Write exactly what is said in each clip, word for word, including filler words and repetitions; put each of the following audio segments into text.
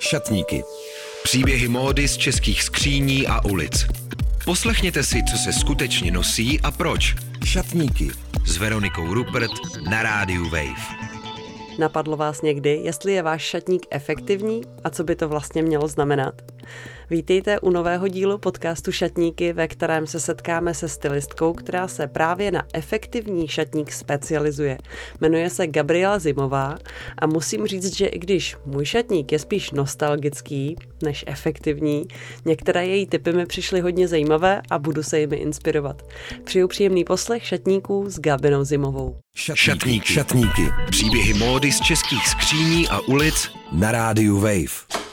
Šatníky. Příběhy módy z českých skříní a ulic. Poslechněte si, co se skutečně nosí a proč. Šatníky s Veronikou Rupert na rádiu Wave. Napadlo vás někdy, jestli je váš šatník efektivní a co by to vlastně mělo znamenat? Vítejte u nového dílu podcastu Šatníky, ve kterém se setkáme se stylistkou, která se právě na efektivní šatník specializuje. Jmenuje se Gabriela Zimová a musím říct, že i když můj šatník je spíš nostalgický než efektivní, některé její tipy mi přišly hodně zajímavé a budu se jimi inspirovat. Přeju příjemný poslech šatníků s Gabinou Zimovou. Šatníky. Šatníky. Příběhy módy z českých skříní a ulic na rádiu Wave.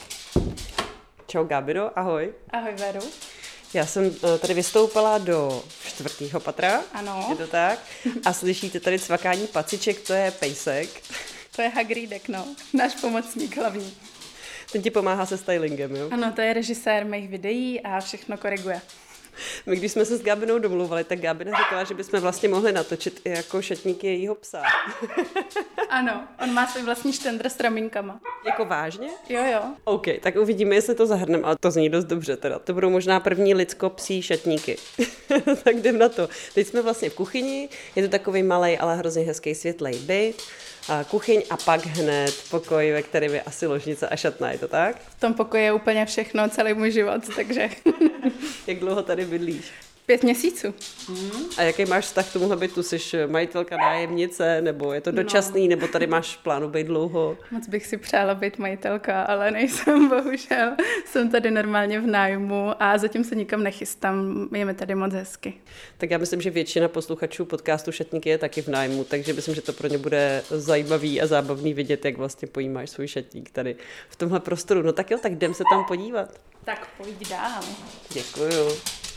Čau Gabino, ahoj. Ahoj Veru. Já jsem tady vystoupila do čtvrtého patra, ano. Je to tak? A slyšíte tady cvakání paciček, to je pejsek. To je Hagridek, no, náš pomocník hlavní. Ten ti pomáhá se stylingem, jo? Ano, to je režisér mých videí a všechno koriguje. My když jsme se s Gabinou domluvali, tak Gabina říkala, že bychom vlastně mohli natočit i jako šatníky jejího psa. Ano, on má svůj vlastní štendr s ramínkama. Jako vážně? Jo, jo. OK, tak uvidíme, jestli to zahrneme, ale to zní dost dobře teda. To budou možná první lidsko-psí šatníky. Tak jdem na to. Teď jsme vlastně v kuchyni, je to takový malej, ale hrozně hezký světlej byt. A kuchyň a pak hned pokoj, ve kterém je asi ložnice a šatna, je to tak? V tom pokoji je úplně všechno, celý můj život, takže... Jak dlouho tady bydlíš? Pět měsíců. Hmm. A jaký máš vztah k tomuhle bytu? Jsi majitelka, nájemnice, nebo je to dočasný, no. Nebo tady máš v plánu být dlouho? Moc bych si přála být majitelka, ale nejsem, bohužel. Jsem tady normálně v nájmu a zatím se nikam nechystám, je mi tady moc hezky. Tak já myslím, že většina posluchačů podcastu Šatníky je taky v nájmu, takže myslím, že to pro ně bude zajímavý a zábavný vidět, jak vlastně pojímáš svůj šatník tady v tomhle prostoru. No tak jo, tak jdem se tam podívat. Tak pojď dál. Děkuju.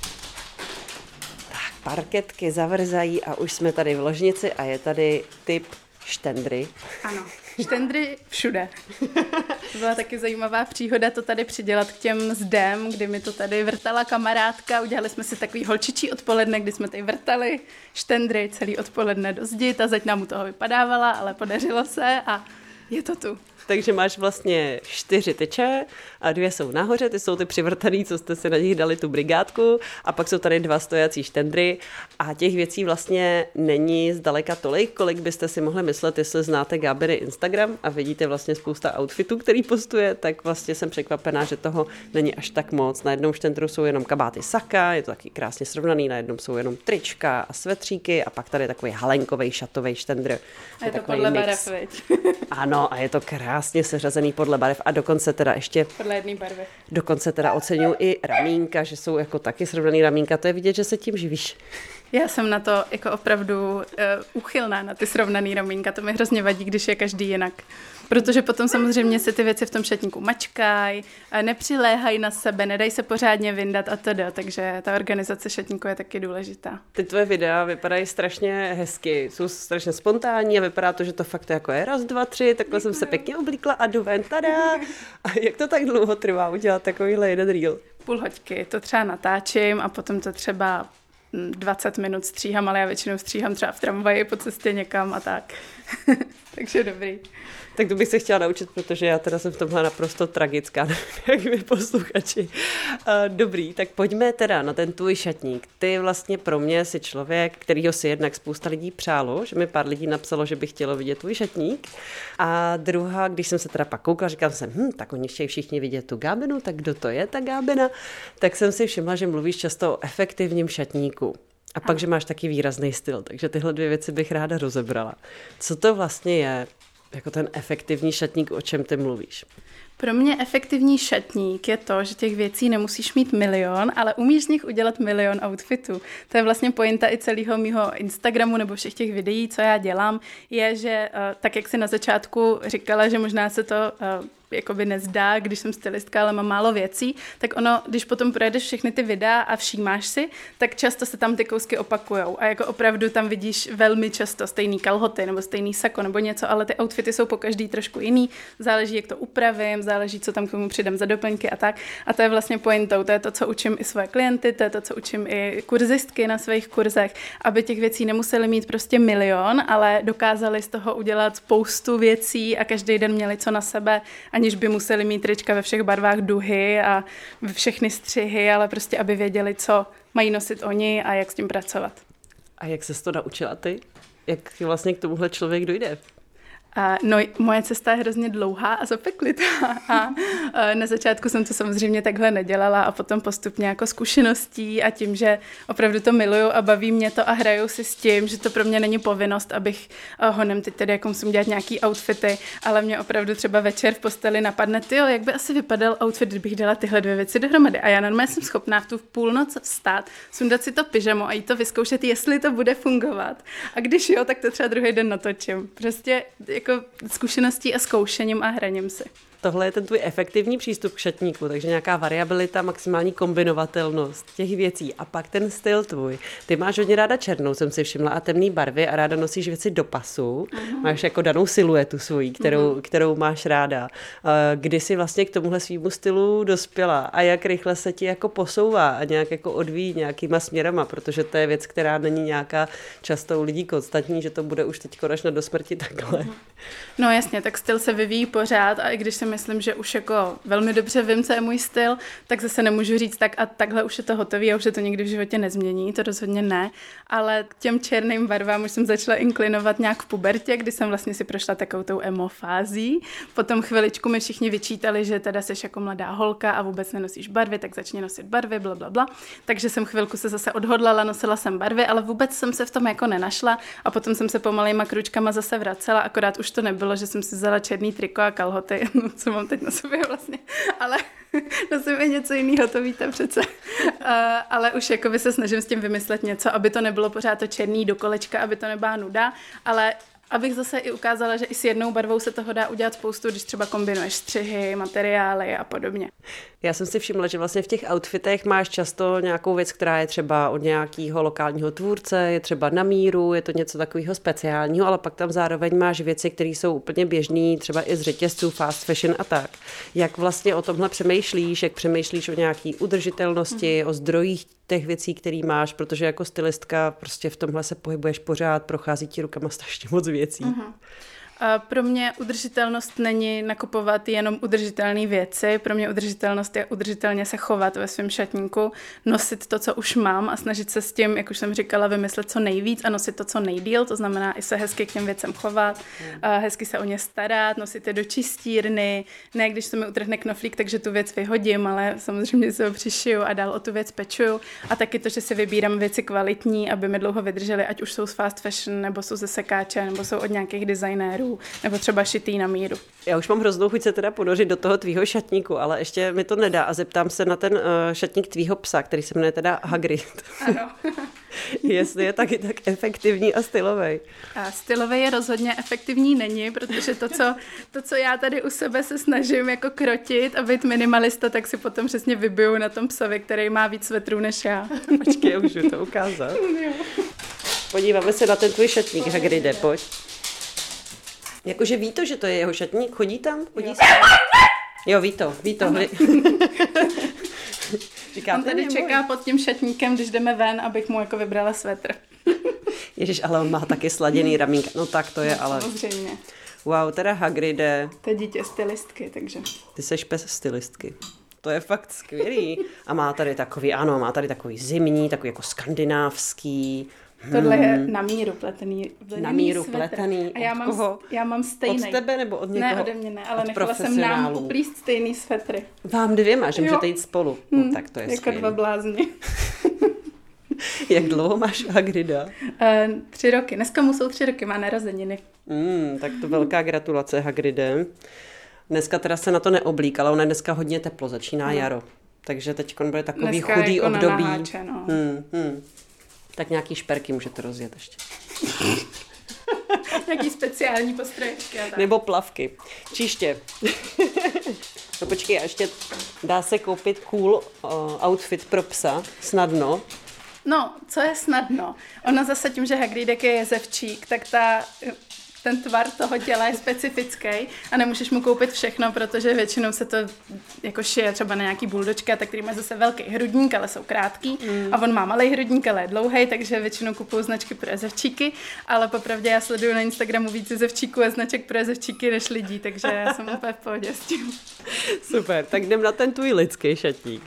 Parketky zavrzají a už jsme tady v ložnici a je tady typ štendry. Ano, štendry všude. To byla taky zajímavá příhoda to tady přidělat k těm zdem, kdy mi to tady vrtala kamarádka. Udělali jsme si takový holčičí odpoledne, kdy jsme tady vrtali štendry celý odpoledne do zdi. Ta zeď nám u toho vypadávala, ale podařilo se a je to tu. Takže máš vlastně čtyři tyče a dvě jsou nahoře, ty jsou ty přivrtaný, co jste si na nich dali tu brigádku a pak jsou tady dva stojací štendry a těch věcí vlastně není zdaleka tolik, kolik byste si mohli myslet, jestli znáte Gabiny Instagram a vidíte vlastně spousta outfitů, který postuje, tak vlastně jsem překvapená, že toho není až tak moc. Na jednom štendru jsou jenom kabáty saka, je to taky krásně srovnaný, na jednom jsou jenom trička a svetříky a pak tady je takový halenkový šatový štendr. A je to podle barev, viď? Ano, a je to krásně seřazený podle barev a dokonce teda ještě podle jedné barvy. Dokonce teda oceňuji i ramínka, že jsou jako taky srovnaný ramínka, to je vidět, že se tím živíš. Já jsem na to jako opravdu uh, uchylná na ty srovnaný ramínka, to mi hrozně vadí, když je každý jinak. Protože potom samozřejmě se ty věci v tom šatníku mačkají, nepřiléhají na sebe, nedají se pořádně vyndat a tedy, takže ta organizace šatníku je taky důležitá. Ty tvoje videa vypadají strašně hezky, jsou strašně spontánní a vypadá to, že to fakt jako je raz, dva, tři, takhle jsem se pěkně oblíkla a jdu ven, tada! A jak to tak dlouho trvá udělat takovýhle jeden reel? Půl hoďky, to třeba natáčím a potom to třeba dvacet minut stříhám, ale já většinou stříhám třeba v tramvaji po cestě někam a tak. Takže dobrý. Tak to bych se chtěla naučit, protože já teda jsem v tomhle naprosto tragická, jak vy posluchači. Dobrý, tak pojďme teda na ten tvůj šatník. Ty vlastně pro mě jsi člověk, kterýho si jednak spousta lidí přálo, že mi pár lidí napsalo, že by chtělo vidět tvůj šatník. A druhá, když jsem se teda pak koukala, říkám jsem, hm, tak oni chtějí všichni vidět tu Gabinu, tak kdo to je ta Gabina? Tak jsem si všimla, že mluvíš často o efektivním šatníku. A pak, že máš taky výrazný styl, takže tyhle dvě věci bych ráda rozebrala. Co to vlastně je, jako ten efektivní šatník, o čem ty mluvíš? Pro mě efektivní šatník je to, že těch věcí nemusíš mít milion, ale umíš z nich udělat milion outfitů. To je vlastně pointa i celého mýho Instagramu nebo všech těch videí, co já dělám, je, že tak, jak si na začátku říkala, že možná se to jakoby nezdá, když jsem stylistka, ale mám málo věcí, tak ono, když potom projedeš všechny ty videa a všímáš si, tak často se tam ty kousky opakujou a jako opravdu tam vidíš velmi často stejný kalhoty nebo stejný sako nebo něco, ale ty outfity jsou po každý trošku jiný, záleží, jak to upravím, záleží, co tam k tomu přidám za doplňky a tak. A to je vlastně pointou, to je to, co učím i svoje klienty, to je to, co učím i kurzistky na svých kurzech, aby těch věcí nemuseli mít prostě milion, ale dokázali z toho udělat spoustu věcí a každý den měli co na sebe a aniž by museli mít trička ve všech barvách duhy a všechny střihy, ale prostě, aby věděli, co mají nosit oni a jak s tím pracovat. A jak ses to naučila ty? Jak vlastně k tomuhle člověk dojde? A no, moje cesta je hrozně dlouhá a zapeklitá a na začátku jsem to samozřejmě takhle nedělala a potom postupně jako zkušeností a tím, že opravdu to miluju a baví mě to a hraju si s tím, že to pro mě není povinnost, abych honem teď tedy jako musím dělat nějaký outfity, ale mě opravdu třeba večer v posteli napadne, tyjo, jak by asi vypadal outfit, kdybych dala tyhle dvě věci dohromady. A já normálně jsem schopná v tu půlnoc vstát, sundat si to pyžamo a jít to vyzkoušet, jestli to bude fungovat. A když jo, tak to třeba druhý den natočím. Prostě jako zkušeností a zkoušením a hraním si. Tohle je ten tvůj efektivní přístup k šatníku, takže nějaká variabilita, maximální kombinovatelnost těch věcí a pak ten styl tvůj. Ty máš hodně ráda černou, jsem si všimla, a temný barvy a ráda nosíš věci do pasu. Uh-huh. Máš jako danou siluetu svojí, kterou, uh-huh. kterou máš ráda. Kdy jsi vlastně k tomuhle svýmu stylu dospěla a jak rychle se ti jako posouvá a nějak jako odvíjí nějakýma směrama, protože to je věc, která není nějaká často u lidí konstantní, že to bude už teď až na dosmrti takhle. Uh-huh. No jasně, tak styl se vyvíjí pořád a i když se myslím, že už jako velmi dobře vím, co je můj styl, tak zase nemůžu říct tak a takhle už je to hotový a už se to nikdy v životě nezmění, to rozhodně ne, ale k těm černým barvám už jsem začala inklinovat nějak v pubertě, kdy jsem vlastně si prošla takovou tou emo fází. Potom chviličku mi všichni vyčítali, že teda seš jako mladá holka a vůbec nenosíš barvy, tak začni nosit barvy, bla, bla, bla. Takže jsem chvilku se zase odhodlala, nosila jsem barvy, ale vůbec jsem se v tom jako nenašla a potom jsem se pomalejma kručkama zase vracela, akorát už to nebylo, že jsem si vzala černý triko a kalhoty, no, co mám teď na sobě vlastně, ale na sobě něco jiného, to víte přece. Uh, ale už jako by se snažím s tím vymyslet něco, aby to nebylo pořád to černý do kolečka, aby to nebyla nuda, ale abych zase i ukázala, že i s jednou barvou se toho dá udělat spoustu, když třeba kombinuješ střihy, materiály a podobně. Já jsem si všimla, že vlastně v těch outfitech máš často nějakou věc, která je třeba od nějakého lokálního tvůrce, je třeba na míru, je to něco takového speciálního, ale pak tam zároveň máš věci, které jsou úplně běžné, třeba i z řetězců, fast fashion a tak. Jak vlastně o tomhle přemýšlíš, jak přemýšlíš o nějaký udržitelnosti, mm. o zdrojích těch věcí, které máš, protože jako stylistka prostě v tomhle se pohybuješ pořád, prochází ti rukama strašně moc věcí. Mm-hmm. Pro mě udržitelnost není nakupovat jenom udržitelné věci. Pro mě udržitelnost je udržitelně se chovat ve svém šatníku, nosit to, co už mám a snažit se s tím, jak už jsem říkala, vymyslet co nejvíc a nosit to, co nejdýl. To znamená i se hezky k těm věcem chovat, mm. hezky se o ně starat, nosit je do čistírny. Ne, když se mi utrhne knoflík, takže tu věc vyhodím, ale samozřejmě se ho přišiju a dál o tu věc pečuju. A taky to, že si vybírám věci kvalitní, aby mi dlouho vydržely, ať už jsou z fast fashion, nebo jsou ze sekáče, nebo jsou od nějakých designérů, nebo třeba šitý na míru. Já už mám hroznou chuť se teda ponořit do toho tvýho šatníku, ale ještě mi to nedá a zeptám se na ten uh, šatník tvýho psa, který se jmenuje teda Hagrid. Ano. Jestli je taky tak efektivní a stylový. A stylový je rozhodně efektivní není, protože to co, to, co já tady u sebe se snažím jako krotit a být minimalista, tak si potom přesně vybiju na tom psovi, který má víc svetrů než já. Počkej, já můžu to ukázat. Podíváme se na ten tvůj šatník, Hagride, pojď. Jakože ví to, že to je jeho šatník? Chodí tam? Chodí jo. jo, ví to, ví to. Říká, on tady čeká můj. Pod tím šatníkem, když jdeme ven, abych mu jako vybrala svetr. Ježiš, ale on má taky sladěný ramínka. No tak to je, no, ale... Samozřejmě. Wow, teda Hagride. To je dítě stylistky, takže... Ty seš pes stylistky. To je fakt skvělý. A má tady takový, ano, má tady takový zimní, takový jako skandinávský. Tohle je na míru pletený. Na míru pletený. A já mám, koho? já mám stejný. Od tebe nebo od někoho? Ne, ode mě ne, ale nechala jsem nám uplíst stejný svetry. Vám dvěma, že můžete jít spolu. Hmm, no, tak to je jako skvělý. Dva blázni. Jak dlouho máš Hagrida? Uh, tři roky. Dneska mu jsou tři roky, má narozeniny. Mm, tak to velká gratulace, Hagride. Dneska teda se na to neoblík, ale ono je dneska hodně teplo, začíná no. jaro. Takže teď bude takový dneska chudý jako období. Na naháče, no. hmm, hmm. Tak nějaký šperky můžete rozjet ještě. Nějaký speciální postroječky. Nebo plavky. Příště. No počkej, a ještě dá se koupit cool uh, outfit pro psa snadno. No, co je snadno? Ono zase tím, že Hagridek je jezevčík, tak ta ten tvar toho těla je specifický a nemůžeš mu koupit všechno, protože většinou se to jako šije třeba na nějaký buldočka, tak který má zase velký hrudník, ale jsou krátký mm. a on má malý hrudník, ale je dlouhý, takže většinou kupuju značky pro jezevčíky, ale popravdě já sleduju na Instagramu víc jezevčíků a značek pro jezevčíky než lidí, takže já jsem úplně v pohodě s tím. Super, tak jdem na ten tvůj lidský šatník.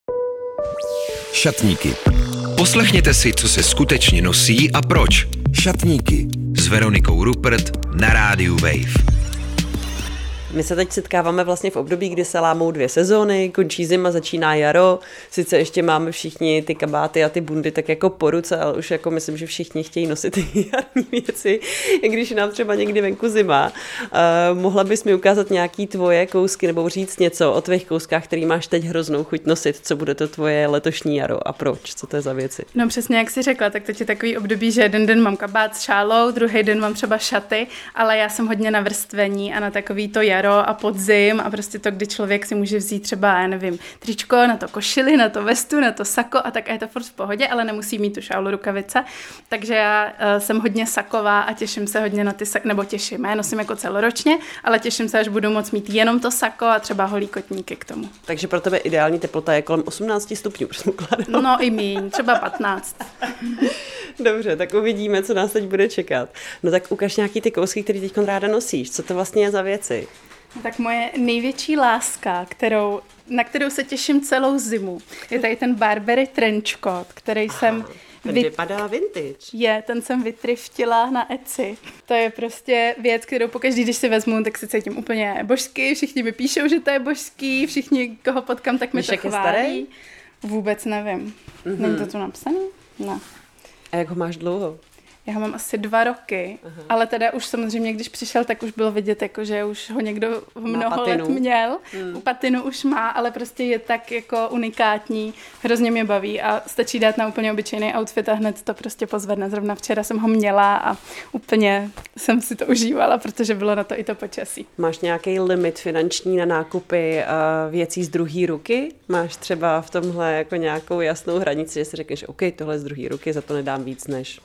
Šatníky. Poslechněte si, co se skutečně nosí a proč. Šatníky s Veronikou Rupert na rádiu Wave. My se teď setkáváme vlastně v období, kdy se lámou dvě sezóny, končí zima, začíná jaro, sice ještě máme všichni ty kabáty a ty bundy tak jako po ruce, ale už jako myslím, že všichni chtějí nosit ty jarní věci, i když nám třeba někdy venku zima. Uh, mohla bys mi ukázat nějaký tvoje kousky nebo říct něco o tvých kouskách, který máš teď hroznou chuť nosit, co bude to tvoje letošní jaro a proč, co to je za věci? No přesně jak jsi řekla, tak teď je takový období, že jeden den mám kabát s šálou, druhý den mám třeba šaty, ale já jsem hodně na vrstvení a na takový to jaro a podzim a prostě to, kdy člověk si může vzít třeba, já nevím, tričko, na to košili, na to vestu, na to sako a tak a je to furt v pohodě, ale nemusí mít tu šálu, rukavice. Takže já uh, jsem hodně saková a těším se hodně na ty sak, nebo těším, já nosím jako celoročně, ale těším se, až budu moc mít jenom to sako a třeba holí kotníky k tomu. Takže pro tebe ideální teplota je kolem osmnáct stupňů, předpokládám. No i míň, třeba patnáct. Dobře, tak uvidíme, co nás teď bude čekat. No tak ukaž nějaký ty kousky, který teď ráda nosíš. Co to vlastně je za věci? Tak moje největší láska, kterou, na kterou se těším celou zimu, je tady ten Burberry trenchcoat, který Aha, jsem... Ten vy... vypadá vintage. Je, ten jsem vytriftila na Etsy. To je prostě věc, kterou pokaždý, když si vezmu, tak se cítím úplně božský, všichni mi píšou, že to je božský, všichni, koho potkám, tak mi Víš, to chválí. Vůbec nevím. Mm-hmm. Není to tu napsaný? Ne. A jak ho máš dlouho? Já ho mám asi dva roky, Aha. ale teda už samozřejmě, když přišel, tak už bylo vidět, jako, že už ho někdo mnoho let měl. Hmm. U patinu už má, ale prostě je tak jako unikátní, hrozně mě baví a stačí dát na úplně obyčejný outfit a hned to prostě pozvedne. Zrovna včera jsem ho měla a úplně jsem si to užívala, protože bylo na to i to počasí. Máš nějaký limit finanční na nákupy věcí z druhé ruky? Máš třeba v tomhle jako nějakou jasnou hranici, že si řekneš, OK, tohle z druhé ruky, za to nedám víc než...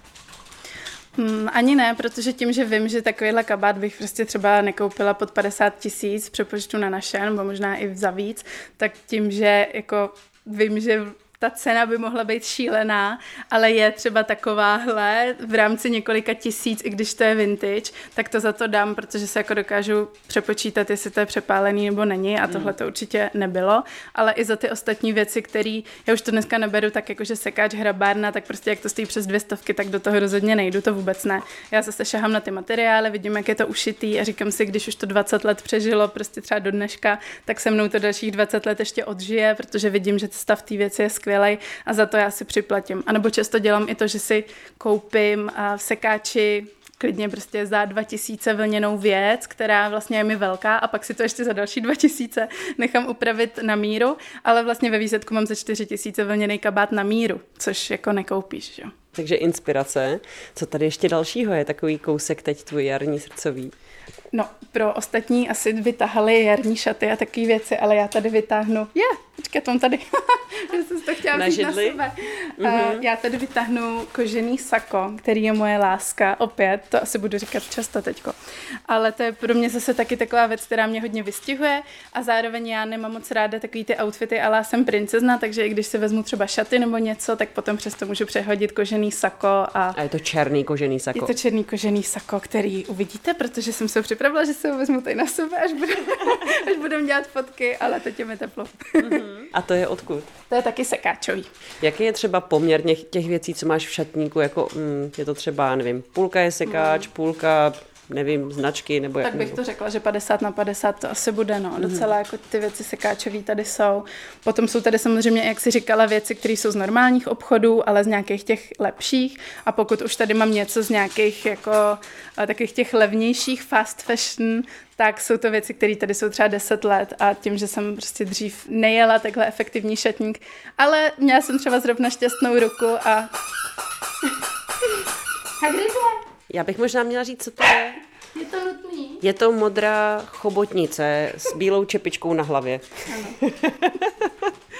Hmm, ani ne, protože tím, že vím, že takovýhle kabát bych prostě třeba nekoupila pod padesát tisíc v přepočtu na naše, nebo možná i za víc, tak tím, že jako vím, že ta cena by mohla být šílená, ale je třeba takováhle v rámci několika tisíc, i když to je vintage, tak to za to dám, protože se jako dokážu přepočítat, jestli to je přepálený nebo není a tohle to určitě nebylo, ale i za ty ostatní věci, které já už to dneska neberu tak jako, že sekáč, hrabárna, tak prostě jak to stojí přes dvě stovky, tak do toho rozhodně nejdu, to vůbec ne. Já zase šahám na ty materiály, vidím, jak je to ušitý a říkám si, když už to dvacet let přežilo, prostě třeba do dneška, tak se mnou to dalších dvacet let ještě odžije, protože vidím, že stav té věci je skvělý a za to já si připlatím. A nebo často dělám i to, že si koupím v sekáči klidně prostě za dva tisíce vlněnou věc, která vlastně je mi velká a pak si to ještě za další dva tisíce nechám upravit na míru, ale vlastně ve výsledku mám za čtyři tisíce vlněný kabát na míru, což jako nekoupíš, jo. Takže inspirace. Co tady ještě dalšího je takový kousek teď tvůj jarní srdcový? No, pro ostatní asi vytahali jarní šaty a takové věci, ale já tady vytáhnu, je, yeah, počkej, to mám tady, já jsem to chtěla vzít na sebe. Mm-hmm. Uh, já tady vytáhnu kožený sako, který je moje láska, opět, to asi budu říkat často teďko, ale to je pro mě zase taky taková věc, která mě hodně vystihuje a zároveň já nemám moc ráda takový ty outfity, ale já jsem princezna, takže i když si vezmu třeba šaty nebo něco, tak potom přesto můžu přehodit kožený sako. A, a je to černý kožený sako. Je to černý kožený sako, který uvidíte, protože jsem se připravila, že se ho vezmu tady na sebe, až budem, až budem dělat fotky, ale teď je mi teplo. Mm-hmm. A to je odkud? To je taky sekáčový. Jaký je třeba poměr těch věcí, co máš v šatníku? Jako, mm, je to třeba, nevím, půlka je sekáč, mm. půlka, nevím, značky, nebo jak? Tak bych to řekla, že padesát na padesát to asi bude, no. Mm-hmm. Docela jako ty věci sekáčový tady jsou. Potom jsou tady samozřejmě, jak jsi říkala, věci, které jsou z normálních obchodů, ale z nějakých těch lepších. A pokud už tady mám něco z nějakých jako takových těch levnějších fast fashion, tak jsou to věci, které tady jsou třeba deset let a tím, že jsem prostě dřív nejela takhle efektivní šatník, ale měla jsem třeba zrovna šťastnou ruku a... A kde to je? Já bych možná měla říct, co to je. Je to nutný. Je to modrá chobotnice s bílou čepičkou na hlavě. Ano.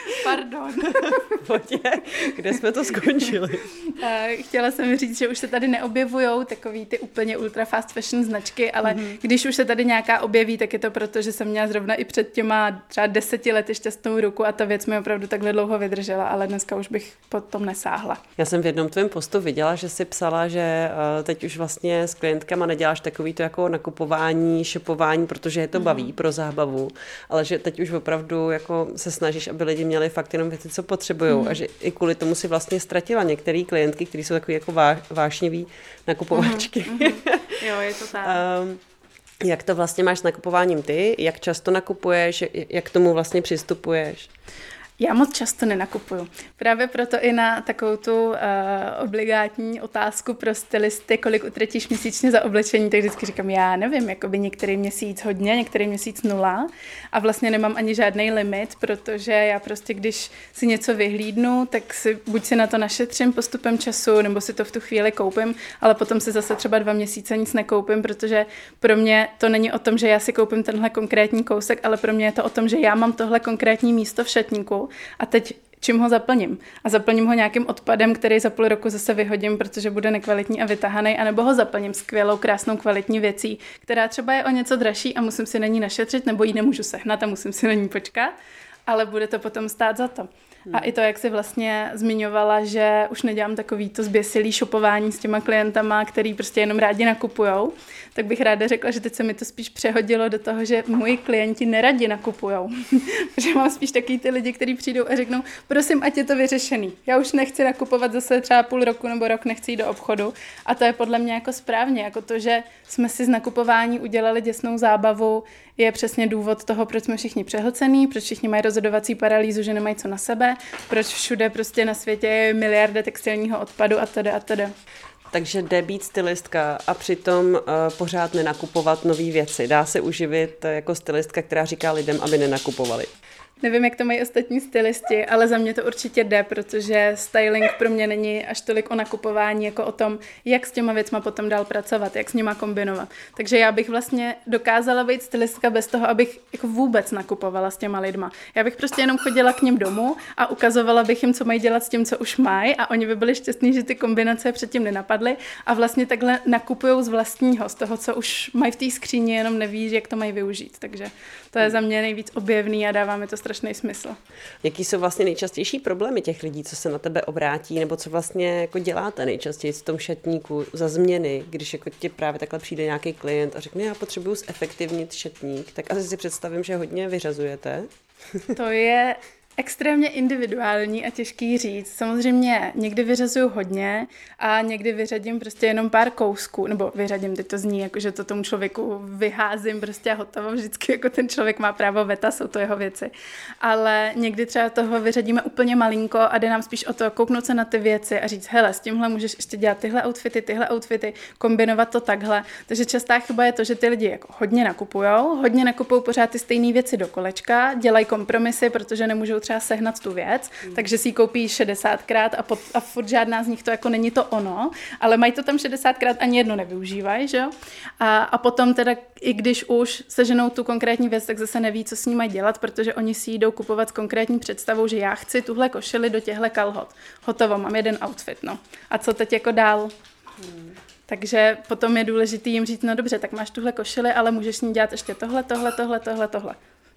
Pardon. Vodě, kde jsme to skončili? Chtěla jsem říct, že už se tady neobjevujou takový ty úplně ultra fast fashion značky, ale mm-hmm. když už se tady nějaká objeví, tak je to proto, že jsem měla zrovna i před těma třeba deseti lety šťastnou ruku a ta věc mi opravdu takhle dlouho vydržela, ale dneska už bych potom nesáhla. Já jsem v jednom tvém postu viděla, že jsi psala, že teď už vlastně s klientkama neděláš takový to jako nakupování, shopování, protože je to baví mm-hmm. pro zábavu, ale že teď už opravdu jako se snažíš, aby lidi měli fakt jenom věci, co potřebujou mm-hmm. a že i kvůli tomu si vlastně ztratila některé klientky, které jsou takový jako vá, vášnivý nakupovačky. Mm-hmm. Jo, je to tak. um, jak to vlastně máš s nakupováním ty? Jak často nakupuješ? Jak k tomu vlastně přistupuješ? Já moc často nenakupuju. Právě proto i na takovou tu uh, obligátní otázku pro stylisty, kolik utratíš měsíčně za oblečení, tak vždycky říkám, já nevím, jakoby některý měsíc hodně, některý měsíc nula a vlastně nemám ani žádný limit, protože já prostě, když si něco vyhlídnu, tak si buď si na to našetřím postupem času, nebo si to v tu chvíli koupím, ale potom si zase třeba dva měsíce nic nekoupím, protože pro mě to není o tom, že já si koupím tenhle konkrétní kousek, ale pro mě je to o tom, že já mám tohle konkrétní místo v šatníku a teď čím ho zaplním. A zaplním ho nějakým odpadem, který za půl roku zase vyhodím, protože bude nekvalitní a vytahaný, anebo ho zaplním skvělou, krásnou, kvalitní věcí, která třeba je o něco dražší a musím si na ní našetřit, nebo ji nemůžu sehnat a musím si na ní počkat, ale bude to potom stát za to. Hmm. A i to, jak jsi vlastně zmiňovala, že už nedělám takový to zběsilý shopování s těma klientama, který prostě jenom rádi nakupujou, tak bych ráda řekla, že teď se mi to spíš přehodilo do toho, že moji klienti neradi nakupujou. Protože mám spíš taky ty lidi, kteří přijdou a řeknou, prosím, ať je to vyřešený. Já už nechci nakupovat zase třeba půl roku nebo rok, nechci jít do obchodu. A to je podle mě jako správně, jako to, že jsme si z nakupování udělali děsnou zábavu, je přesně důvod toho, proč jsme všichni přehlcený, proč všichni mají rozhodovací paralýzu, že nemají co na sebe, proč všude prostě na světě je miliarda textilního odpadu a teda a teda. Takže jde být stylistka a přitom uh, pořád nenakupovat nové věci. Dá se uživit jako stylistka, která říká lidem, aby nenakupovali. Nevím, jak to mají ostatní stylisti, ale za mě to určitě jde, protože styling pro mě není až tolik o nakupování, jako o tom, jak s těma věcma potom dál pracovat, jak s nima kombinovat. Takže já bych vlastně dokázala být stylistka bez toho, abych jako vůbec nakupovala s těma lidma. Já bych prostě jenom chodila k nim domů a ukazovala bych jim, co mají dělat s tím, co už mají a oni by byli šťastní, že ty kombinace předtím nenapadly a vlastně takhle nakupujou z vlastního, z toho, co už mají v té skříni, jenom neví, jak to mají využít. Takže to je za mě nejvíc objevný a dává mi to strašný smysl. Jaký jsou vlastně nejčastější problémy těch lidí, co se na tebe obrátí, nebo co vlastně jako děláte nejčastěji v tom šatníku za změny, když jako tě právě takhle přijde nějaký klient a řekne, já potřebuju zefektivnit šatník, tak asi si představím, že hodně vyřazujete. To je extrémně individuální a těžký říct. Samozřejmě někdy vyřazuju hodně a někdy vyřadím prostě jenom pár kousků, nebo vyřadím, teď to zní, jako že to tomu člověku vyházím prostě a hotovo. Vždycky jako ten člověk má právo veta, jsou to jeho věci. Ale někdy třeba toho vyřadíme úplně malinko a jde nám spíš o to kouknout se na ty věci a říct, hele, s tímhle můžeš ještě dělat tyhle outfity, tyhle outfity, kombinovat to takhle. Takže častá chyba je to, že ty lidi jako hodně nakupujou, hodně nakupují pořád ty stejné věci do kolečka, dělají kompromisy, protože nemůžou třeba sehnat tu věc, mm. takže si ji koupí šedesátkrát a, pot, a furt žádná z nich to jako není to ono, ale mají to tam šedesátkrát, ani jedno nevyužívají, že jo? A, a potom teda, i když už seženou tu konkrétní věc, tak zase neví, co s ní mají dělat, protože oni si jdou kupovat s konkrétní představou, že já chci tuhle košili do těchto kalhot. Hotovo, mám jeden outfit, no. A co teď jako dál? Mm. Takže potom je důležité jim říct, no dobře, tak máš tuhle košili, ale můžeš s ní dělat ještě tohle, tohle, tohle, tohle, tohle.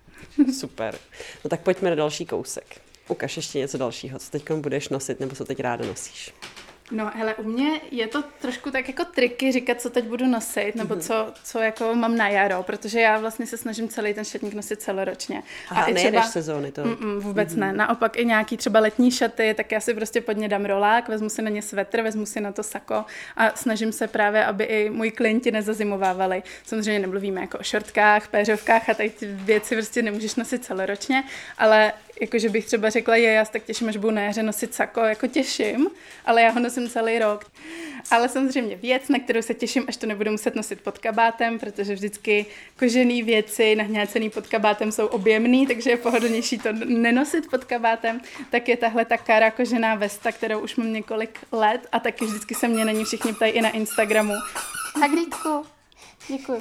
Super. No tak pojďme na další kousek. Ukaž ještě něco dalšího, co teď budeš nosit, nebo co teď ráda nosíš. No hele, u mě je to trošku tak jako triky říkat, co teď budu nosit, nebo mm-hmm. co, co jako mám na jaro, protože já vlastně se snažím celý ten šatník nosit celoročně. Aha, a i nejedeš třeba sezóny to? Mm-mm, vůbec mm-hmm. ne. Naopak i nějaký třeba letní šaty, tak já si prostě pod ně dám rolák, vezmu si na ně svetr, vezmu si na to sako a snažím se právě, aby i moji klienti nezazimovávali. Samozřejmě nemluvíme jako o šortkách, péřovkách a tady ty věci prostě nemůžeš nosit celoročně, ale jakože bych třeba řekla, je, já se tak těším, až budu na jaře nosit sako, jako těším, ale já ho nosím celý rok. Ale samozřejmě věc, na kterou se těším, až to nebudu muset nosit pod kabátem, protože vždycky kožený věci nahňácený pod kabátem jsou objemný, takže je pohodlnější to nenosit pod kabátem, tak je tahle ta Kara kožená vesta, kterou už mám několik let a taky vždycky se mě na ní všichni ptají i na Instagramu. Haglítku, Děkuji.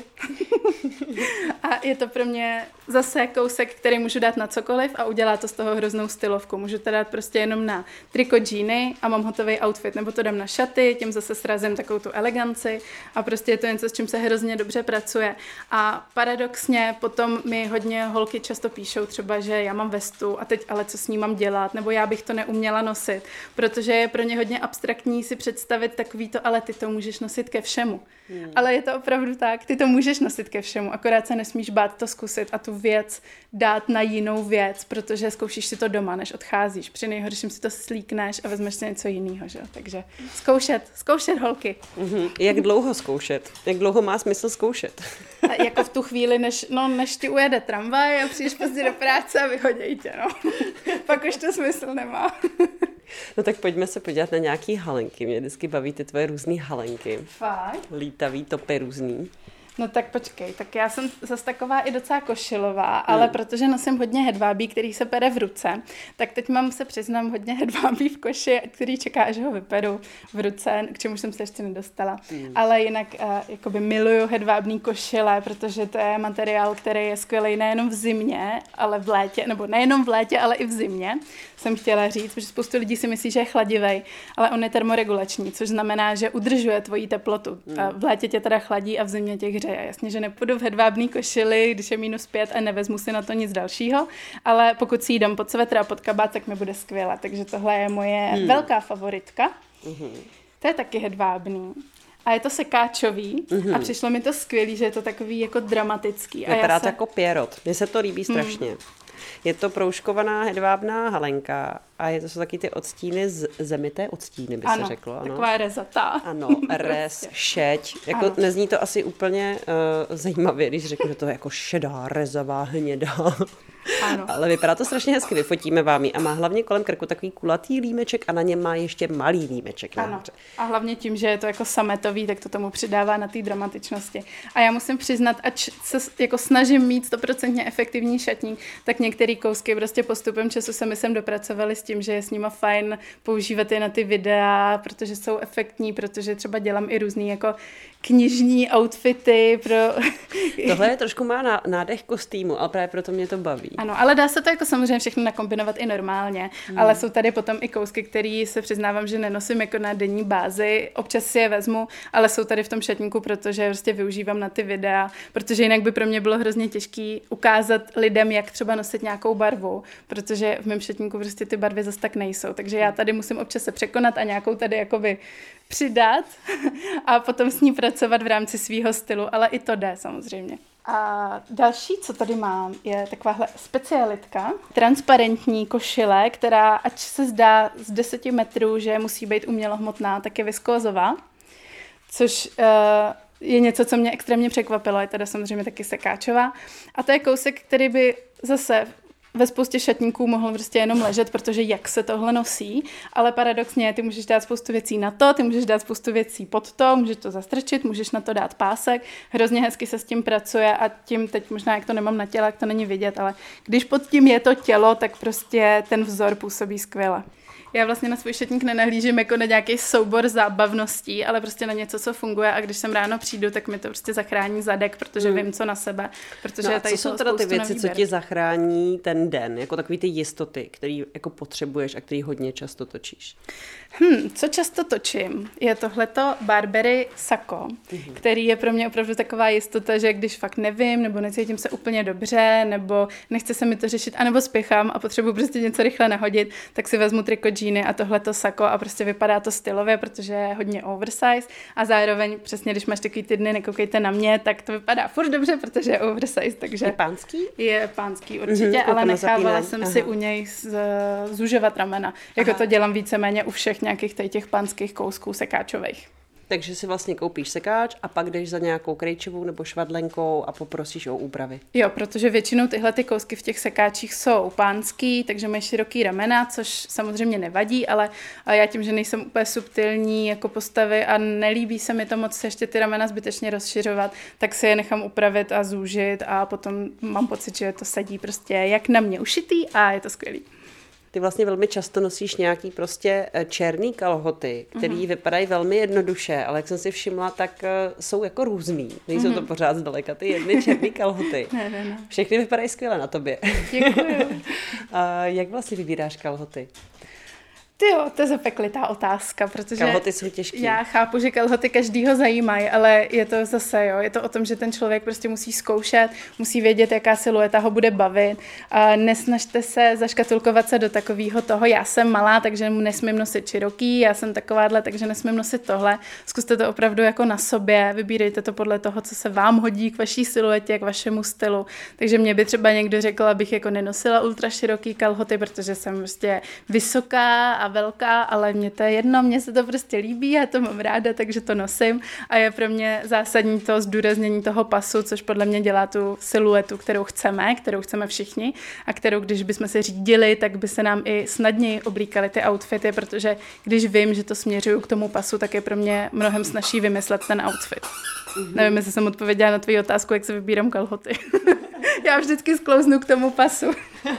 A je to pro mě zase kousek, který můžu dát na cokoliv a udělá to z toho hroznou stylovku. Můžu to dát prostě jenom na triko, džíny a mám hotový outfit, nebo to dám na šaty, tím zase srazím takovou tu eleganci a prostě je to něco, s čím se hrozně dobře pracuje. A paradoxně potom mi hodně holky často píšou třeba, že já mám vestu a teď ale co s ní mám dělat, nebo já bych to neuměla nosit, protože je pro ně hodně abstraktní si představit takový to, ale ty to můžeš nosit ke všemu. Hmm. Ale je to opravdu tak, ty to můžeš nosit ke všemu, akorát se nesmíš bát to zkusit a tu věc dát na jinou věc, protože zkoušíš si to doma, než odcházíš. Při nejhorším si to slíkneš a vezmeš si něco jiného, že? Takže zkoušet, zkoušet holky. Mm-hmm. Jak dlouho zkoušet? Jak dlouho má smysl zkoušet? A jako v tu chvíli, než, no, než ti ujede tramvaj a přijdeš pozdě do práce a vyhoděj tě, no. Pak už to smysl nemá. No tak pojďme se podívat na nějaký halenky. Mě vždycky baví ty tvoje různý halenky. Fakt? Lítavý topy různý. No tak počkej, tak já jsem zase taková i docela košilová, ale hmm. protože nosím hodně hedvábí, který se pere v ruce, tak teď mám, se přiznám, hodně hedvábí v koši, který čeká, až ho vyperu v ruce, k čemu jsem se ještě nedostala. Hmm. Ale jinak uh, jakoby miluju hedvábný košile, protože to je materiál, který je skvělý nejenom v zimě, ale v létě, nebo nejenom v létě, ale i v zimě, jsem chtěla říct, protože spoustu lidí si myslí, že je chladivej, ale on je termoregulační, což znamená, že udržuje tvoji teplotu. Hmm. V létě tě teda chladí a v zimě tě hřeje. Jasně, že nepůjdu v hedvábný košili, když je minus pět a nevezmu si na to nic dalšího, ale pokud si ji dám pod svetr a pod kabát, tak mi bude skvěle. Takže tohle je moje hmm. velká favoritka. Hmm. To je taky hedvábný. A je to sekáčový mm-hmm. a přišlo mi to skvělý, že je to takový jako dramatický. Vypadá a to se... jako Pierrot. Mně se to líbí strašně. Mm. Je to proužkovaná hedvábná halenka a je to jsou taky ty odstíny z zemité odstíny, by ano, se řeklo. Ano, taková rezatá. Ano, rez, šeť. Jako nezní to asi úplně uh, zajímavě, když řeknu, že to je jako šedá, rezavá, hnědá. Ano. Ale vypadá to strašně hezky, vyfotíme vám ji. A má hlavně kolem krku takový kulatý límeček a na něm má ještě malý límeček. Ano. A hlavně tím, že je to jako sametový, tak to tomu přidává na té dramatičnosti. A já musím přiznat, ač se jako snažím mít stoprocentně efektivní šatník, tak některé kousky prostě postupem času se mi sem dopracovali s tím, že je s nima fajn používat je na ty videa, protože jsou efektní, protože třeba dělám i různý jako knižní outfity pro... Tohle je trošku má nádech kostýmu, ale právě proto mě to baví. Ano, ale dá se to jako samozřejmě všechno nakombinovat i normálně, hmm. ale jsou tady potom i kousky, které se přiznávám, že nenosím jako na denní bázi, občas si je vezmu, ale jsou tady v tom šatníku, protože prostě využívám na ty videa, protože jinak by pro mě bylo hrozně těžký ukázat lidem, jak třeba nosit nějakou barvu, protože v mém šatníku prostě ty barvy zase tak nejsou, takže já tady musím občas se překonat a nějakou tady jakoby přidat a potom s ní pracovat v rámci svýho stylu, ale i to jde samozřejmě. A další, co tady mám, je takováhle specialitka, transparentní košile, která, ač se zdá z deseti metrů, že musí být umělohmotná, tak je viskózová, což uh, je něco, co mě extrémně překvapilo, je teda samozřejmě taky sekáčová. A to je kousek, který by zase ve spoustě šatníků mohl prostě jenom ležet, protože jak se tohle nosí, ale paradoxně ty můžeš dát spoustu věcí na to, ty můžeš dát spoustu věcí pod to, můžeš to zastrčit, můžeš na to dát pásek, hrozně hezky se s tím pracuje a tím teď možná, jak to nemám na těle, jak to není vidět, ale když pod tím je to tělo, tak prostě ten vzor působí skvěle. Já vlastně na svůj šatník nenahlížím jako na nějaký soubor zábavností, ale prostě na něco, co funguje a když sem ráno přijdu, tak mi to prostě zachrání zadek, protože hmm. vím, co na sebe. Protože no a tady co jsou teda ty věci, co ti zachrání ten den? Jako takový ty jistoty, který jako potřebuješ a který hodně často točíš? Hmm, co často točím, je tohleto Burberry sako, mm-hmm. který je pro mě opravdu taková jistota, že když fakt nevím, nebo necítím se úplně dobře, nebo nechce se mi to řešit, anebo spěchám a potřebuji prostě něco rychle nahodit, tak si vezmu triko, džíny a tohleto sako a prostě vypadá to stylově, protože je hodně oversize a zároveň přesně, když máš takový ty dny, nekoukejte na mě, tak to vypadá furt dobře, protože je oversize, takže... Je pánský? Je pánský určitě, mm-hmm, ale nechávala jsem Aha. si u něj z, zužovat ramena, jako Aha. to dělám víceméně u všech nějakých tady těch pánských kousků sekáčových. Takže si vlastně koupíš sekáč a pak jdeš za nějakou krejčovou nebo švadlenkou a poprosíš o úpravy. Jo, protože většinou tyhle ty kousky v těch sekáčích jsou pánský, takže mají široký ramena, což samozřejmě nevadí, ale já tím, že nejsem úplně subtilní jako postavy a nelíbí se mi to moc ještě ty ramena zbytečně rozšiřovat, tak si je nechám upravit a zúžit a potom mám pocit, že to sedí prostě jak na mě ušitý a je to skvělý. ty vlastně velmi často nosíš nějaký prostě černý kalhoty, který mm-hmm. vypadají velmi jednoduše, ale jak jsem si všimla, tak jsou jako různý. Nejsou mm-hmm. to pořád zdaleka ty jedny černý kalhoty. ne, ne, ne. Všechny vypadají skvěle na tobě. Děkuju. A jak vlastně vybíráš kalhoty? Tyjo, to je zapeklitá otázka, protože kalhoty jsou těžký. Já chápu, že kalhoty každýho zajímají, ale je to zase, jo, je to o tom, že ten člověk prostě musí zkoušet, musí vědět, jaká silueta ho bude bavit. A nesnažte se zaškatulkovat se do takového toho, já jsem malá, takže nesmím nosit široký, já jsem takováhle, takže nesmím nosit tohle. Zkuste to opravdu jako na sobě, vybírejte to podle toho, co se vám hodí k vaší siluetě, k vašemu stylu. Takže mě by třeba někdo řekl, abych jako nenosila ultra široký kalhoty, protože jsem prostě vysoká a velká, ale mě to je jedno, mně se to prostě líbí, já to mám ráda, takže to nosím a je pro mě zásadní to zdůraznění toho pasu, což podle mě dělá tu siluetu, kterou chceme, kterou chceme všichni a kterou, když bychom se řídili, tak by se nám i snadněji oblíkaly ty outfity, protože když vím, že to směřuju k tomu pasu, tak je pro mě mnohem snazší vymyslet ten outfit. Mm-hmm. Nevím, jestli jsem odpověděla na tvou otázku, jak se vybírám kalhoty. Já vždycky sklouznu k tomu pasu.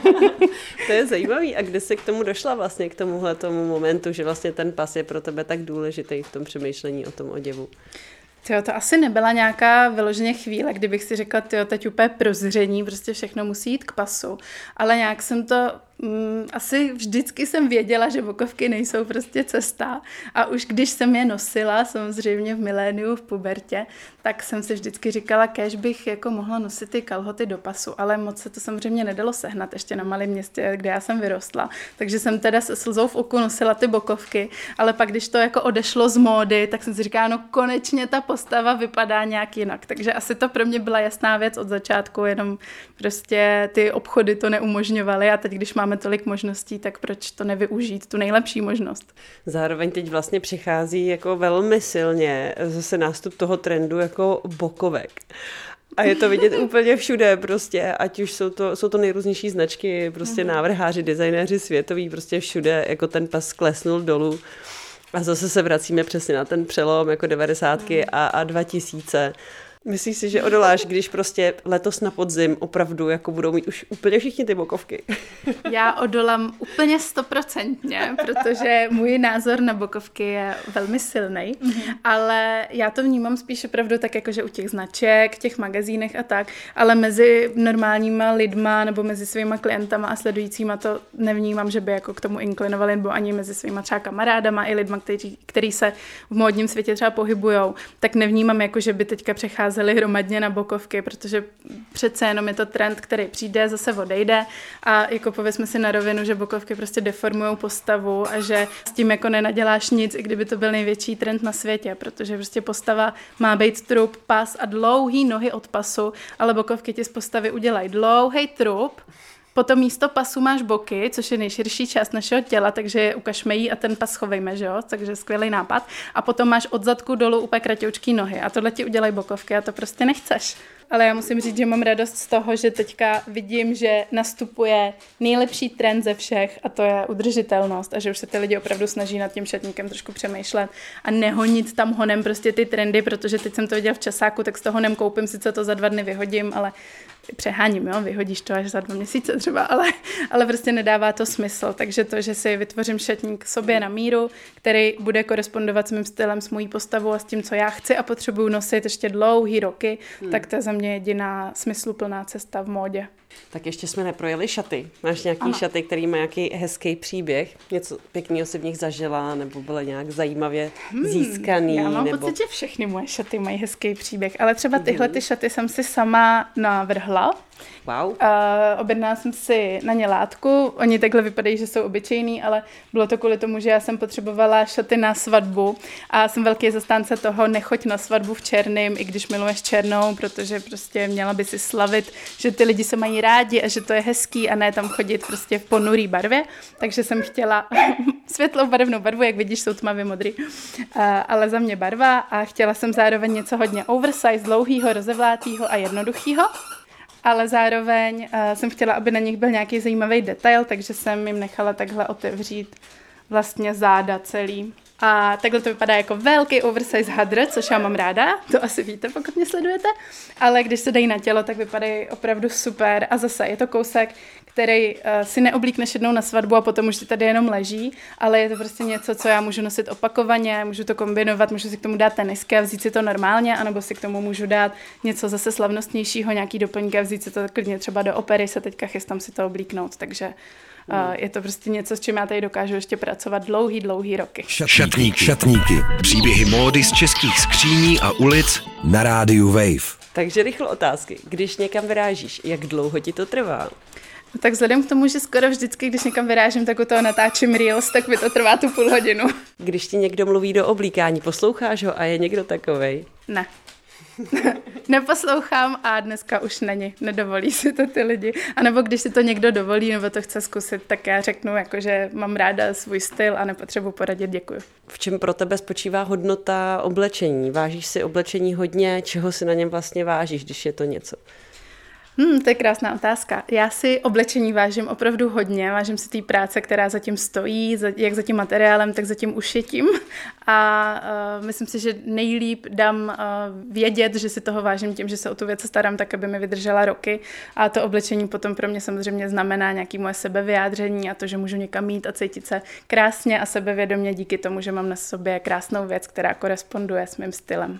To je zajímavý. A kdy jsi k tomu došla vlastně, k tomuhle tomu momentu, že vlastně ten pas je pro tebe tak důležitý v tom přemýšlení o tom oděvu? Tyjo, to asi nebyla nějaká vyloženě chvíle, kdybych si řekla, tyjo, teď úplně prozření, prostě všechno musí jít k pasu. Ale nějak jsem to Mm, asi vždycky jsem věděla, že bokovky nejsou prostě cesta a už když jsem je nosila, samozřejmě v miléniu, v pubertě, tak jsem si vždycky říkala, kéž bych jako mohla nosit ty kalhoty do pasu, ale moc se to samozřejmě nedalo sehnat ještě na malém městě, kde já jsem vyrostla, takže jsem teda se slzou v oku nosila ty bokovky, ale pak když to jako odešlo z módy, tak jsem si říkala, no konečně ta postava vypadá nějak jinak, takže asi to pro mě byla jasná věc od začátku, jenom prostě ty obchody to neumožňovaly a teď, když mám máme tolik možností, tak proč to nevyužít, tu nejlepší možnost. Zároveň teď vlastně přichází jako velmi silně zase nástup toho trendu jako bokovek. A je to vidět úplně všude prostě, ať už jsou to, jsou to nejrůznější značky, prostě mm-hmm. návrháři, designéři světoví, prostě všude jako ten pas klesnul dolů. A zase se vracíme přesně na ten přelom jako devadesátky mm. a, a dva tisíce. Myslíš si, že odoláš, když prostě letos na podzim opravdu jako budou mít už úplně všichni ty bokovky? Já odolám úplně stoprocentně, protože můj názor na bokovky je velmi silný, mm-hmm. ale já to vnímám spíš opravdu tak, jakože u těch značek, těch magazínech a tak, ale mezi normálníma lidma nebo mezi svýma klientama a sledujícíma to nevnímám, že by jako k tomu inklinovali, nebo ani mezi svýma třeba kamarádama i lidma, kteří, který se v módním světě třeba pohybujou, tak nevnímám jako, že by teďka přecházeli hromadně na bokovky, protože přece jenom je to trend, který přijde, zase odejde a jako povězme si na rovinu, že bokovky prostě deformujou postavu a že s tím jako nenaděláš nic, i kdyby to byl největší trend na světě, protože prostě postava má být trup, pas a dlouhý nohy od pasu, ale bokovky ti z postavy udělají dlouhý trup, potom místo pasu máš boky, což je nejširší část našeho těla, takže ukažme jí a ten pas schovejme, že jo? Takže skvělý nápad. A potom máš od zadku dolů úplně kratoučký nohy a tohle ti udělají bokovky a to prostě nechceš. Ale já musím říct, že mám radost z toho, že teďka vidím, že nastupuje nejlepší trend ze všech a to je udržitelnost a že už se ty lidi opravdu snaží nad tím šatníkem trošku přemýšlet a nehonit tam honem prostě ty trendy, protože teď jsem to viděla v časáku, tak z toho honem koupím, sice to za dva dny vyhodím, ale přeháním, jo, vyhodíš to až za dva měsíce třeba, ale, ale prostě nedává to smysl, takže to, že si vytvořím šatník sobě na míru, který bude korespondovat s mým stylem, s mojí postavou a s tím, co já chci a potřebuju nosit ještě dlouhý roky, hmm. tak to je za mě jediná smysluplná cesta v módě. Tak ještě jsme neprojeli šaty. Máš nějaký ano. šaty, který má nějaký hezký příběh? Něco pěkného si v nich zažila, nebo byly nějak zajímavě hmm, získaný? Já mám nebo... pocit, že všechny moje šaty mají hezký příběh, ale třeba tyhle ty šaty jsem si sama navrhla. Wow. Uh, objednala jsem si na ně látku, oni takhle vypadají, že jsou obyčejný, ale bylo to kvůli tomu, že já jsem potřebovala šaty na svatbu a jsem velký zastánce toho, nechoď na svatbu v černým, i když miluješ černou, protože prostě měla by si slavit, že ty lidi se mají rádi a že to je hezký a ne tam chodit prostě v ponurý barvě, takže jsem chtěla světlou barevnou barvu, jak vidíš, jsou tmavě modrý, uh, ale za mě barva a chtěla jsem zároveň něco hodně oversize, dlouhýho, rozevlátýho a jednoduchýho. Ale zároveň uh, jsem chtěla, aby na nich byl nějaký zajímavý detail, takže jsem jim nechala takhle otevřít vlastně záda celý. A takhle to vypadá jako velký oversize hadr, což já mám ráda, to asi víte, pokud mě sledujete, ale když se dají na tělo, tak vypadají opravdu super a zase je to kousek, který uh, si neoblíkneš jednou na svatbu a potom už ti tady jenom leží, ale je to prostě něco, co já můžu nosit opakovaně, můžu to kombinovat, můžu si k tomu dát tenisky a vzít si to normálně, anebo si k tomu můžu dát něco zase slavnostnějšího, nějaký doplňky a vzít si to klidně třeba do opery, se teďka chystám si to oblíknout, takže uh, je to prostě něco, s čím já tady dokážu ještě pracovat dlouhý, dlouhý roky. Šatníky. Šatníky. Příběhy módy z českých skříní a ulic na rádiu Wave. Takže rychle otázky. Když někam vyrážíš, jak dlouho ti to trvá? No tak vzhledem k tomu, že skoro vždycky, když někam vyrážím, tak u toho natáčím reels, tak mi to trvá tu půl hodinu. Když ti někdo mluví do oblíkání, posloucháš ho a je někdo takovej? Ne. Neposlouchám a dneska už není, nedovolí si to ty lidi. A nebo když si to někdo dovolí, nebo to chce zkusit, tak já řeknu, jako, že mám ráda svůj styl a nepotřebuji poradit, děkuju. V čem pro tebe spočívá hodnota oblečení? Vážíš si oblečení hodně? Čeho si na něm vlastně vážíš, když je to něco? Hmm, to je krásná otázka. Já si oblečení vážím opravdu hodně, vážím si té práce, která zatím stojí, jak za tím materiálem, tak za tím ušitím a uh, myslím si, že nejlíp dám uh, vědět, že si toho vážím tím, že se o tu věc starám tak, aby mi vydržela roky a to oblečení potom pro mě samozřejmě znamená nějaké moje sebevyjádření a to, že můžu někam jít a cítit se krásně a sebevědomě díky tomu, že mám na sobě krásnou věc, která koresponduje s mým stylem.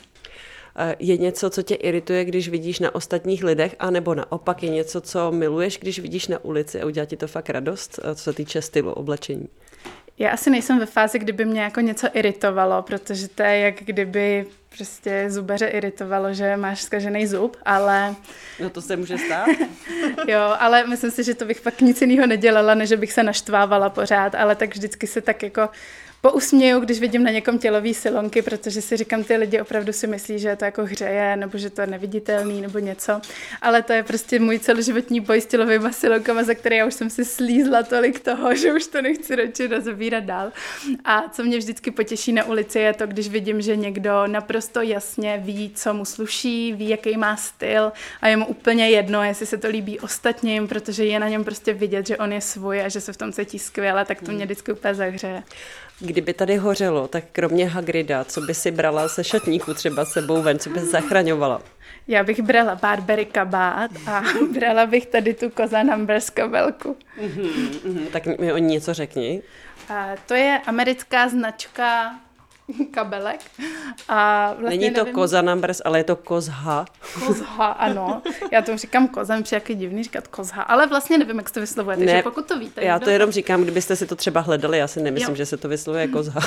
Je něco, co tě irituje, když vidíš na ostatních lidech, anebo naopak je něco, co miluješ, když vidíš na ulici a udělá ti to fakt radost, co se týče stylu oblečení? Já asi nejsem ve fázi, kdyby mě jako něco iritovalo, protože to je jak kdyby prostě zubaře iritovalo, že máš zkažený zub, ale... No to se může stát. Jo, ale myslím si, že to bych fakt nic jiného nedělala, než bych se naštvávala pořád, ale tak vždycky se tak jako pousměju, když vidím na někom tělový silonky, protože si říkám, ty lidi opravdu si myslí, že je to jako hřeje, nebo že to je neviditelný, nebo něco. Ale to je prostě můj celoživotní boj s tělovýma silonkama, za které já už jsem si slízla tolik toho, že už to nechci radši rozebírat dál. A co mě vždycky potěší na ulici, je to, když vidím, že někdo naprosto jasně ví, co mu sluší, ví, jaký má styl a je mu úplně jedno, jestli se to líbí ostatním, protože je na něm prostě vidět, že on je svůj a že se v tom cítí skvěle, tak to mě vždycky úplně zahřeje. Kdyby tady hořelo, tak kromě Hagrida, co by si brala se šatníku třeba sebou ven, co by zachraňovala? Já bych brala Barbery kabát a brala bych tady tu Koza Numbers kabelku. Mm-hmm, mm-hmm, tak mi o ní něco řekni. A to je americká značka kabelek. A vlastně není to nevím... Koza Numbers, ale je to Kozha. Kozha, ano. Já to říkám Kozem, protože jaký divný říkat Kozha, ale vlastně nevím, jak se to vyslovuje, takže ne, pokud to víte. Já to to... jenom říkám, kdybyste si to třeba hledali, já si nemyslím, jo. že se to vyslovuje Kozha.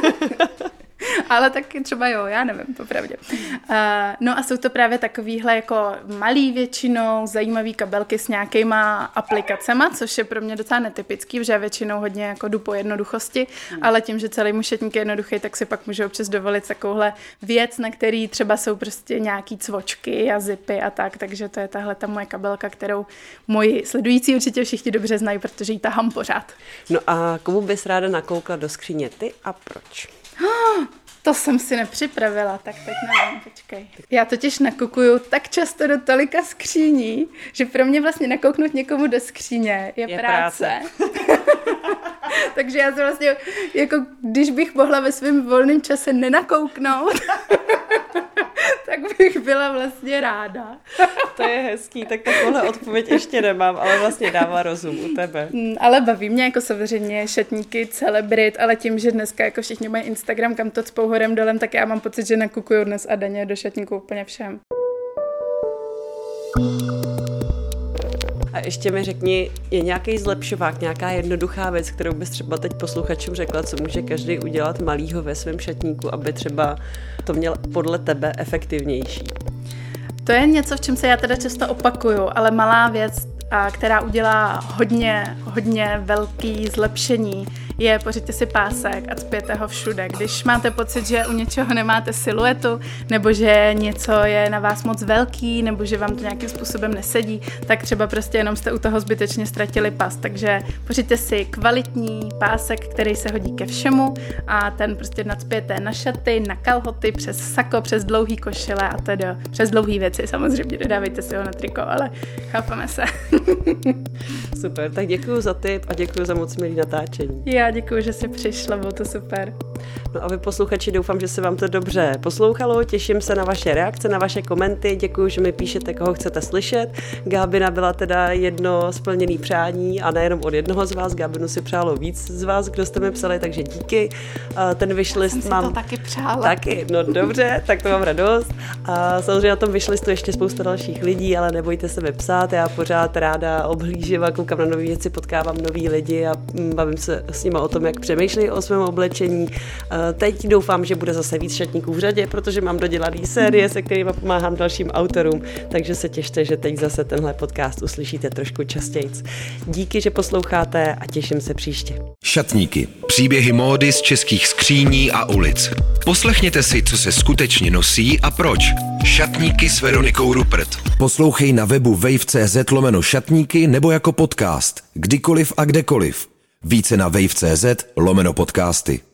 Ale taky třeba jo, já nevím, popravdě. Uh, no a jsou to právě takovýhle jako malý většinou zajímavý kabelky s nějakýma aplikacema, což je pro mě docela netypický, protože já většinou hodně jako jdu po jednoduchosti, hmm. ale tím, že celý můj šatník je jednoduchý, tak si pak můžu občas dovolit takovouhle věc, na který třeba jsou prostě nějaký cvočky a zipy a tak, takže to je tahle ta moje kabelka, kterou moji sledující určitě všichni dobře znají, protože ji tahám pořád. No a komu bys ráda nakoukla do skříně, ty a proč? To jsem si nepřipravila, tak teď nevím, počkej. Já totiž nakukuju tak často do tolika skříní, že pro mě vlastně nakouknout někomu do skříně je, je práce. práce. Takže já se vlastně, jako když bych mohla ve svém volném čase nenakouknout, tak bych byla vlastně ráda. To je hezký, tak takovouhle odpověď ještě nemám, ale vlastně dává rozum u tebe. Mm, ale baví mě jako samozřejmě šatníky, celebrit, ale tím, že dneska jako všichni mají Instagram, kam to cpou horem dolem, tak já mám pocit, že nakukuju dnes a denně do šatníku úplně všem. A ještě mi řekni, je nějaký zlepšovák, nějaká jednoduchá věc, kterou bys třeba teď posluchačům řekla, co může každý udělat malýho ve svém šatníku, aby třeba to měl podle tebe efektivnější? To je něco, v čem se já teda často opakuju, ale malá věc, a která udělá hodně, hodně velký zlepšení, je pořiďte si pásek a cpěte ho všude. Když máte pocit, že u něčeho nemáte siluetu, nebo že něco je na vás moc velký, nebo že vám to nějakým způsobem nesedí, tak třeba prostě jenom jste u toho zbytečně ztratili pas. Takže pořiďte si kvalitní pásek, který se hodí ke všemu a ten prostě nacpěte na šaty, na kalhoty, přes sako, přes dlouhý košile a teda přes dlouhý věci. Samozřejmě nedávejte si ho na triko, ale chápeme se. Super, tak děkuji za tip a děkuji za moc milý natáčení. Já děkuji, že jsi přišla, bylo to super. No a vy posluchači, doufám, že se vám to dobře poslouchalo, těším se na vaše reakce, na vaše komenty, děkuji, že mi píšete, koho chcete slyšet. Gábina byla teda jedno splněný přání a nejenom od jednoho z vás, Gábinu si přálo víc z vás, kdo jste mi psali, takže díky. Ten wishlist mám... to taky přála. Taky, no dobře, tak to mám radost. A samozřejmě na tom wishlistu ještě spousta dalších lidí, ale nebojte se mi psát, já pořád ráda obhlížím a koukám na nové věci, potkávám nový lidi a bavím se s nimi o tom, jak přemýšlejí o svém oblečení. Teď doufám, že bude zase víc šatníků v řadě, protože mám dodělaný série, se kterými pomáhám dalším autorům, takže se těšte, že teď zase tenhle podcast uslyšíte trošku častěji. Díky, že posloucháte a těším se příště. Šatníky. Příběhy módy z českých skříní a ulic. Poslechněte si, co se skutečně nosí a proč. Šatníky s Veronikou Rupert. Poslouchej na webu wave tečka cz lomeno šatníky nebo jako podcast. Kdykoliv a kdekoliv. Více na wave tečka cz lomeno podcasty.